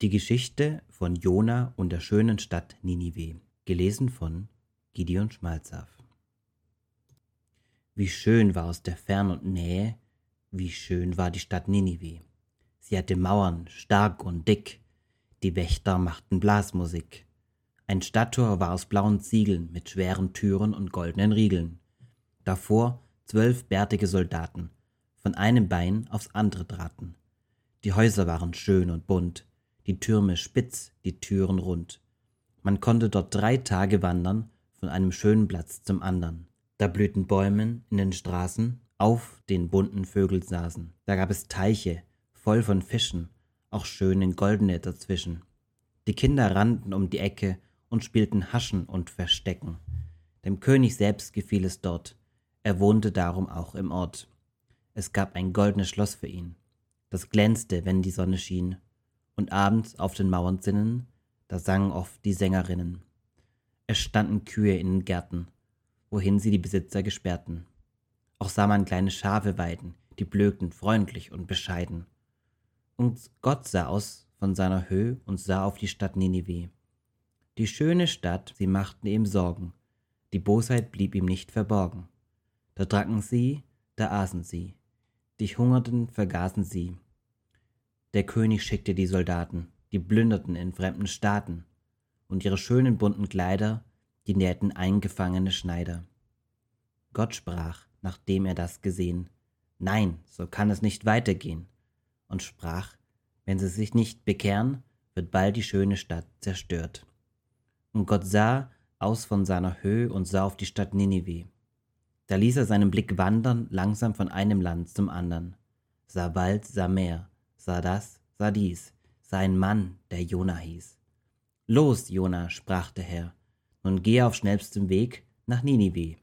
Die Geschichte von Jona und der schönen Stadt Ninive, gelesen von Gideon Schmalzaf. Wie schön war aus der Ferne und Nähe, wie schön war die Stadt Ninive. Sie hatte Mauern, stark und dick, die Wächter machten Blasmusik. Ein Stadttor war aus blauen Ziegeln mit schweren Türen und goldenen Riegeln. Davor 12 bärtige Soldaten, von einem Bein aufs andere traten. Die Häuser waren schön und bunt, die Türme spitz, die Türen rund. Man konnte dort 3 Tage wandern, von einem schönen Platz zum andern. Da blühten Bäumen in den Straßen, auf den bunten Vögel saßen. Da gab es Teiche, voll von Fischen, auch schöne goldene dazwischen. Die Kinder rannten um die Ecke und spielten Haschen und Verstecken. Dem König selbst gefiel es dort, er wohnte darum auch im Ort. Es gab ein goldenes Schloss für ihn, das glänzte, wenn die Sonne schien. Und abends auf den Mauern sinnen, da sangen oft die Sängerinnen. Es standen Kühe in den Gärten, wohin sie die Besitzer gesperrten. Auch sah man kleine Schafe weiden, die blökten freundlich und bescheiden. Und Gott sah aus von seiner Höhe und sah auf die Stadt Ninive. Die schöne Stadt, sie machten ihm Sorgen, die Bosheit blieb ihm nicht verborgen. Da tranken sie, da aßen sie, die Hungernden vergaßen sie. Der König schickte die Soldaten, die plünderten in fremden Staaten, und ihre schönen bunten Kleider, die nähten eingefangene Schneider. Gott sprach, nachdem er das gesehen, nein, so kann es nicht weitergehen, und sprach, wenn sie sich nicht bekehren, wird bald die schöne Stadt zerstört. Und Gott sah aus von seiner Höhe und sah auf die Stadt Ninive. Da ließ er seinen Blick wandern, langsam von einem Land zum andern, sah Wald, sah Meer, sah das, sah dies, sah ein Mann, der Jona hieß. Los, Jona, sprach der Herr, nun geh auf schnellstem Weg nach Ninive.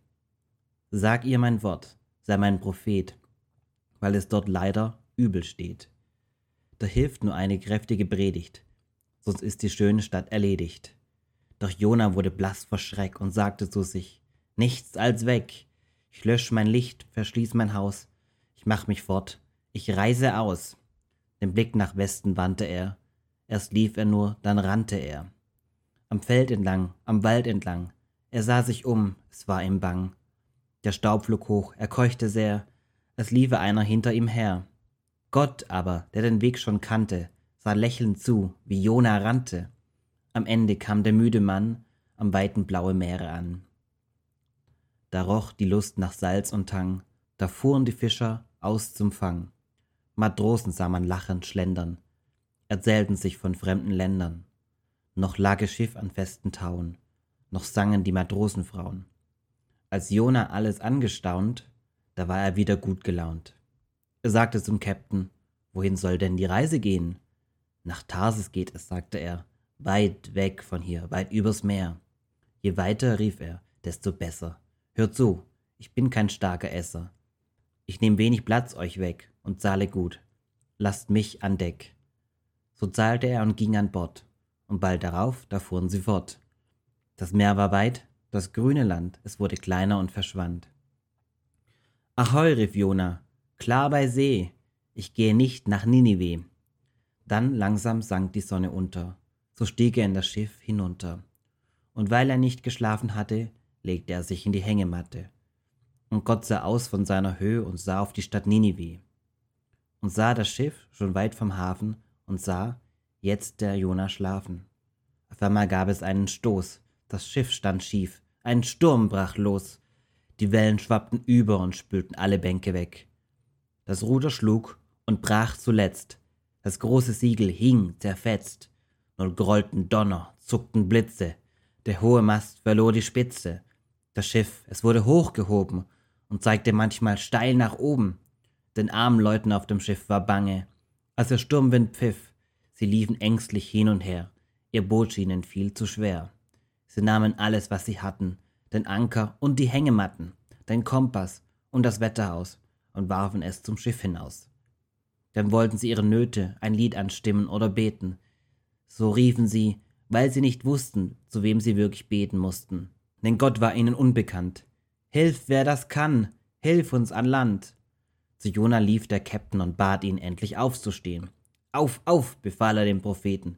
Sag ihr mein Wort, sei mein Prophet, weil es dort leider übel steht. Da hilft nur eine kräftige Predigt, sonst ist die schöne Stadt erledigt. Doch Jona wurde blass vor Schreck und sagte zu sich, nichts als weg. Ich lösch mein Licht, verschließ mein Haus, ich mach mich fort, ich reise aus. Den Blick nach Westen wandte er, erst lief er nur, dann rannte er. Am Feld entlang, am Wald entlang, er sah sich um, es war ihm bang. Der Staub flog hoch, er keuchte sehr, es liefe einer hinter ihm her. Gott aber, der den Weg schon kannte, sah lächelnd zu, wie Jona rannte. Am Ende kam der müde Mann am weiten blaue Meere an. Da roch die Lust nach Salz und Tang, da fuhren die Fischer aus zum Fang. Matrosen sah man lachend schlendern, erzählten sich von fremden Ländern. Noch lag das Schiff an festen Tauen, noch sangen die Matrosenfrauen. Als Jona alles angestaunt, da war er wieder gut gelaunt. Er sagte zum Käpt'n, wohin soll denn die Reise gehen? Nach Tarsis geht es, sagte er, weit weg von hier, weit übers Meer. Je weiter, rief er, desto besser. Hört zu, ich bin kein starker Esser. Ich nehm wenig Platz euch weg und zahle gut. Lasst mich an Deck. So zahlte er und ging an Bord, und bald darauf, da fuhren sie fort. Das Meer war weit, das grüne Land, es wurde kleiner und verschwand. Ahoi, rief Jona, klar bei See, ich gehe nicht nach Ninive. Dann langsam sank die Sonne unter, so stieg er in das Schiff hinunter. Und weil er nicht geschlafen hatte, legte er sich in die Hängematte. Und Gott sah aus von seiner Höhe und sah auf die Stadt Ninive. Und sah das Schiff schon weit vom Hafen und sah, jetzt der Jona schlafen. Auf einmal gab es einen Stoß, das Schiff stand schief, ein Sturm brach los. Die Wellen schwappten über und spülten alle Bänke weg. Das Ruder schlug und brach zuletzt. Das große Siegel hing zerfetzt. Nur grollten Donner, zuckten Blitze. Der hohe Mast verlor die Spitze. Das Schiff, es wurde hochgehoben und zeigte manchmal steil nach oben. Den armen Leuten auf dem Schiff war bange, als der Sturmwind pfiff. Sie liefen ängstlich hin und her, ihr Boot schien ihnen viel zu schwer. Sie nahmen alles, was sie hatten, den Anker und die Hängematten, den Kompass und das Wetterhaus und warfen es zum Schiff hinaus. Dann wollten sie ihre Nöte, ein Lied anstimmen oder beten. So riefen sie, weil sie nicht wussten, zu wem sie wirklich beten mussten. Denn Gott war ihnen unbekannt. Hilf, wer das kann, hilf uns an Land. Zu Jona lief der Käpt'n und bat ihn, endlich aufzustehen. Auf, auf, befahl er dem Propheten.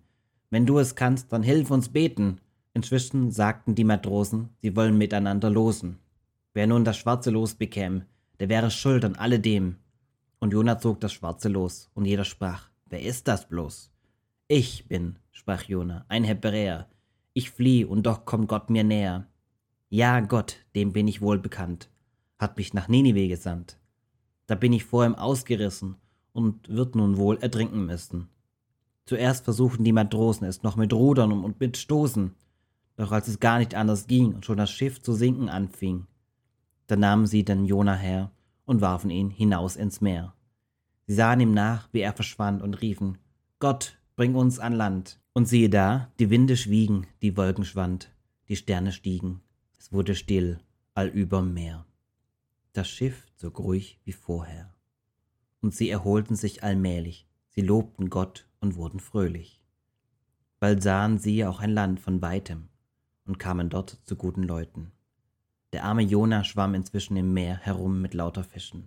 Wenn du es kannst, dann hilf uns beten. Inzwischen sagten die Matrosen, sie wollen miteinander losen. Wer nun das schwarze Los bekäme, der wäre schuld an alledem. Und Jona zog das schwarze Los, und jeder sprach, wer ist das bloß? Ich bin, sprach Jona, ein Hebräer. Ich flieh, und doch kommt Gott mir näher. Ja, Gott, dem bin ich wohl bekannt, hat mich nach Ninive gesandt. Da bin ich vor ihm ausgerissen und wird nun wohl ertrinken müssen. Zuerst versuchten die Matrosen es noch mit Rudern und mit Stoßen, doch als es gar nicht anders ging und schon das Schiff zu sinken anfing, da nahmen sie den Jona her und warfen ihn hinaus ins Meer. Sie sahen ihm nach, wie er verschwand, und riefen, Gott, bring uns an Land. Und siehe da, die Winde schwiegen, die Wolken schwand, die Sterne stiegen, es wurde still, allüberm Meer. Das Schiff zog ruhig wie vorher. Und sie erholten sich allmählich, sie lobten Gott und wurden fröhlich. Bald sahen sie auch ein Land von weitem und kamen dort zu guten Leuten. Der arme Jona schwamm inzwischen im Meer herum mit lauter Fischen.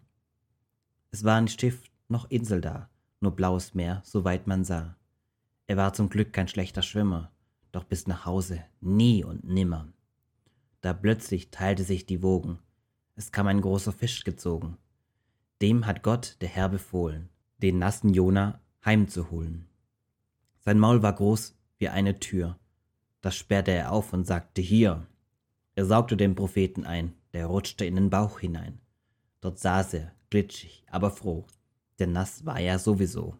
Es war nicht Schiff noch Insel da, nur blaues Meer, soweit man sah. Er war zum Glück kein schlechter Schwimmer, doch bis nach Hause nie und nimmer. Da plötzlich teilte sich die Wogen, es kam ein großer Fisch gezogen. Dem hat Gott, der Herr, befohlen, den nassen Jona heimzuholen. Sein Maul war groß wie eine Tür, das sperrte er auf und sagte hier. Er saugte den Propheten ein, der rutschte in den Bauch hinein. Dort saß er, glitschig, aber froh, denn nass war er sowieso.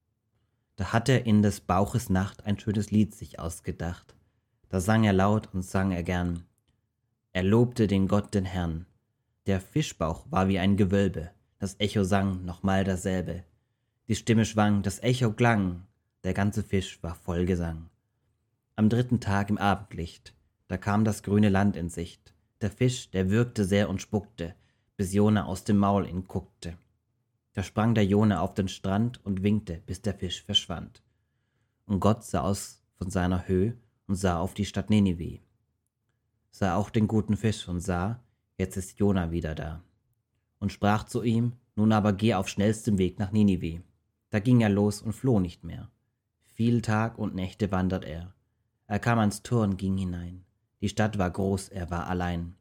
Da hat er in des Bauches Nacht ein schönes Lied sich ausgedacht. Da sang er laut und sang er gern. Er lobte den Gott, den Herrn. Der Fischbauch war wie ein Gewölbe, das Echo sang nochmal dasselbe. Die Stimme schwang, das Echo klang, der ganze Fisch war voll Gesang. Am dritten Tag im Abendlicht, da kam das grüne Land in Sicht. Der Fisch, der würgte sehr und spuckte, bis Jona aus dem Maul ihn guckte. Da sprang der Jona auf den Strand und winkte, bis der Fisch verschwand. Und Gott sah aus von seiner Höhe und sah auf die Stadt Ninive. Sah auch den guten Fisch und sah, jetzt ist Jona wieder da. Und sprach zu ihm, nun aber geh auf schnellstem Weg nach Ninive. Da ging er los und floh nicht mehr. Viel Tag und Nächte wandert er. Er kam ans Tor und ging hinein. Die Stadt war groß, er war allein.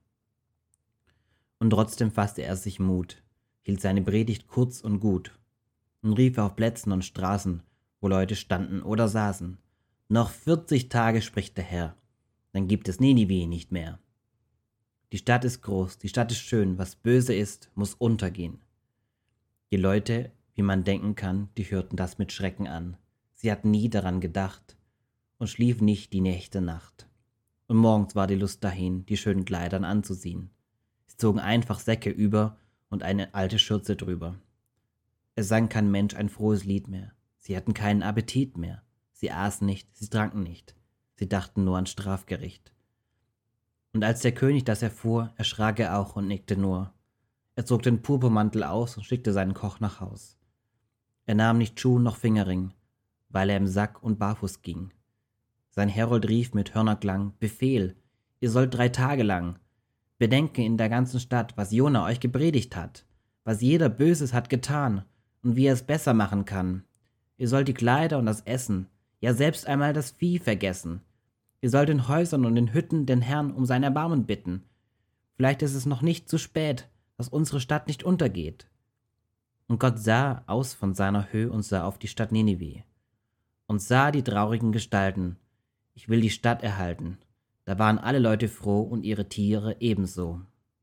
Und trotzdem fasste er sich Mut, hielt seine Predigt kurz und gut und rief auf Plätzen und Straßen, wo Leute standen oder saßen, noch 40 Tage spricht der Herr, dann gibt es Ninive nicht mehr. Die Stadt ist groß, die Stadt ist schön, was böse ist, muss untergehen. Die Leute, wie man denken kann, die hörten das mit Schrecken an. Sie hatten nie daran gedacht und schliefen nicht die Nächte Nacht. Und morgens war die Lust dahin, die schönen Kleidern anzuziehen. Sie zogen einfach Säcke über und eine alte Schürze drüber. Es sang kein Mensch ein frohes Lied mehr. Sie hatten keinen Appetit mehr. Sie aßen nicht, sie tranken nicht. Sie dachten nur an Strafgericht. Und als der König das erfuhr, erschrak er auch und nickte nur. Er zog den Purpurmantel aus und schickte seinen Koch nach Haus. Er nahm nicht Schuh noch Fingerring, weil er im Sack und barfuß ging. Sein Herold rief mit Hörnerklang, Befehl, ihr sollt 3 Tage lang bedenken in der ganzen Stadt, was Jona euch gepredigt hat, was jeder Böses hat getan und wie er es besser machen kann. Ihr sollt die Kleider und das Essen, ja selbst einmal das Vieh vergessen. Ihr sollt in Häusern und in Hütten den Herrn um sein Erbarmen bitten. Vielleicht ist es noch nicht zu spät, dass unsere Stadt nicht untergeht. Und Gott sah aus von seiner Höhe und sah auf die Stadt Ninive und sah die traurigen Gestalten. Ich will die Stadt erhalten. Da waren alle Leute froh und ihre Tiere ebenso.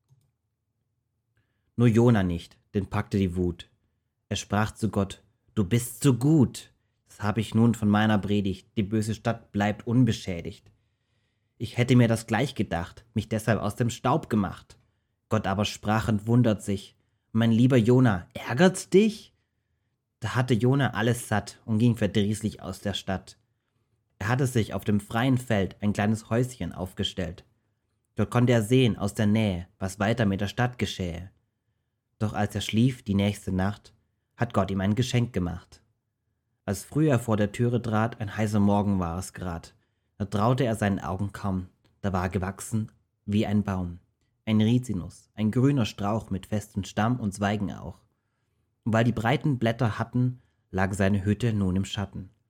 Nur Jona nicht, den packte die Wut. Er sprach zu Gott, du bist so gut. Das habe ich nun von meiner Predigt, die böse Stadt bleibt unbeschädigt. Ich hätte mir das gleich gedacht, mich deshalb aus dem Staub gemacht. Gott aber sprach und wundert sich, mein lieber Jona, ärgert's dich? Da hatte Jona alles satt und ging verdrießlich aus der Stadt. Er hatte sich auf dem freien Feld ein kleines Häuschen aufgestellt. Dort konnte er sehen aus der Nähe, was weiter mit der Stadt geschähe. Doch als er schlief die nächste Nacht, hat Gott ihm ein Geschenk gemacht. Als früh er vor der Türe trat, ein heißer Morgen war es grad, da traute er seinen Augen kaum, da war gewachsen wie ein Baum, ein Rizinus, ein grüner Strauch mit festem Stamm und Zweigen auch. Und weil die breiten Blätter hatten, lag seine Hütte nun im Schatten.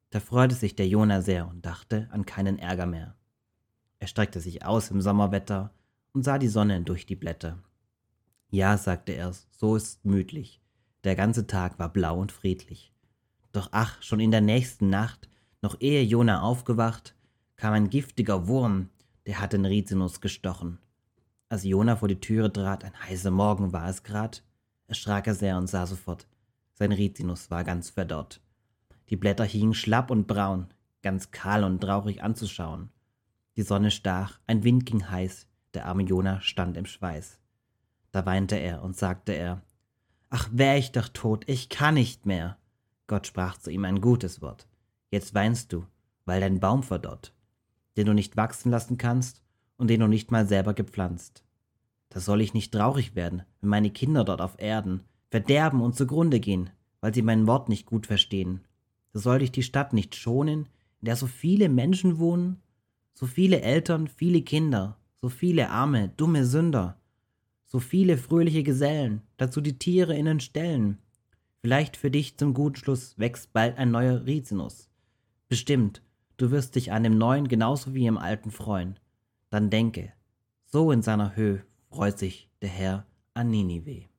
Da freute sich der Jona sehr und dachte an keinen Ärger mehr. Er streckte sich aus im Sommerwetter und sah die Sonne durch die Blätter. Ja, sagte er, so ist's gemütlich. Der ganze Tag war blau und friedlich. Doch ach, schon in der nächsten Nacht, noch ehe Jona aufgewacht, kam ein giftiger Wurm, der hat den Rizinus gestochen. Als Jona vor die Türe trat, ein heißer Morgen war es grad, erschrak er sehr und sah sofort, sein Rizinus war ganz verdorrt. Die Blätter hingen schlapp und braun, ganz kahl und traurig anzuschauen. Die Sonne stach, ein Wind ging heiß, der arme Jona stand im Schweiß. Da weinte er und sagte er, ach, wär ich doch tot, ich kann nicht mehr. Gott sprach zu ihm ein gutes Wort. Jetzt weinst du, weil dein Baum verdorrt, den du nicht wachsen lassen kannst und den du nicht mal selber gepflanzt. Da soll ich nicht traurig werden, wenn meine Kinder dort auf Erden verderben und zugrunde gehen, weil sie mein Wort nicht gut verstehen. Da soll ich die Stadt nicht schonen, in der so viele Menschen wohnen, so viele Eltern, viele Kinder, so viele arme, dumme Sünder, so viele fröhliche Gesellen, dazu die Tiere in den Ställen. Vielleicht für dich zum guten Schluss wächst bald ein neuer Rizinus. Bestimmt, du wirst dich an dem neuen genauso wie im alten freuen. Dann denke, so in seiner Höhe freut sich der Herr an Ninive.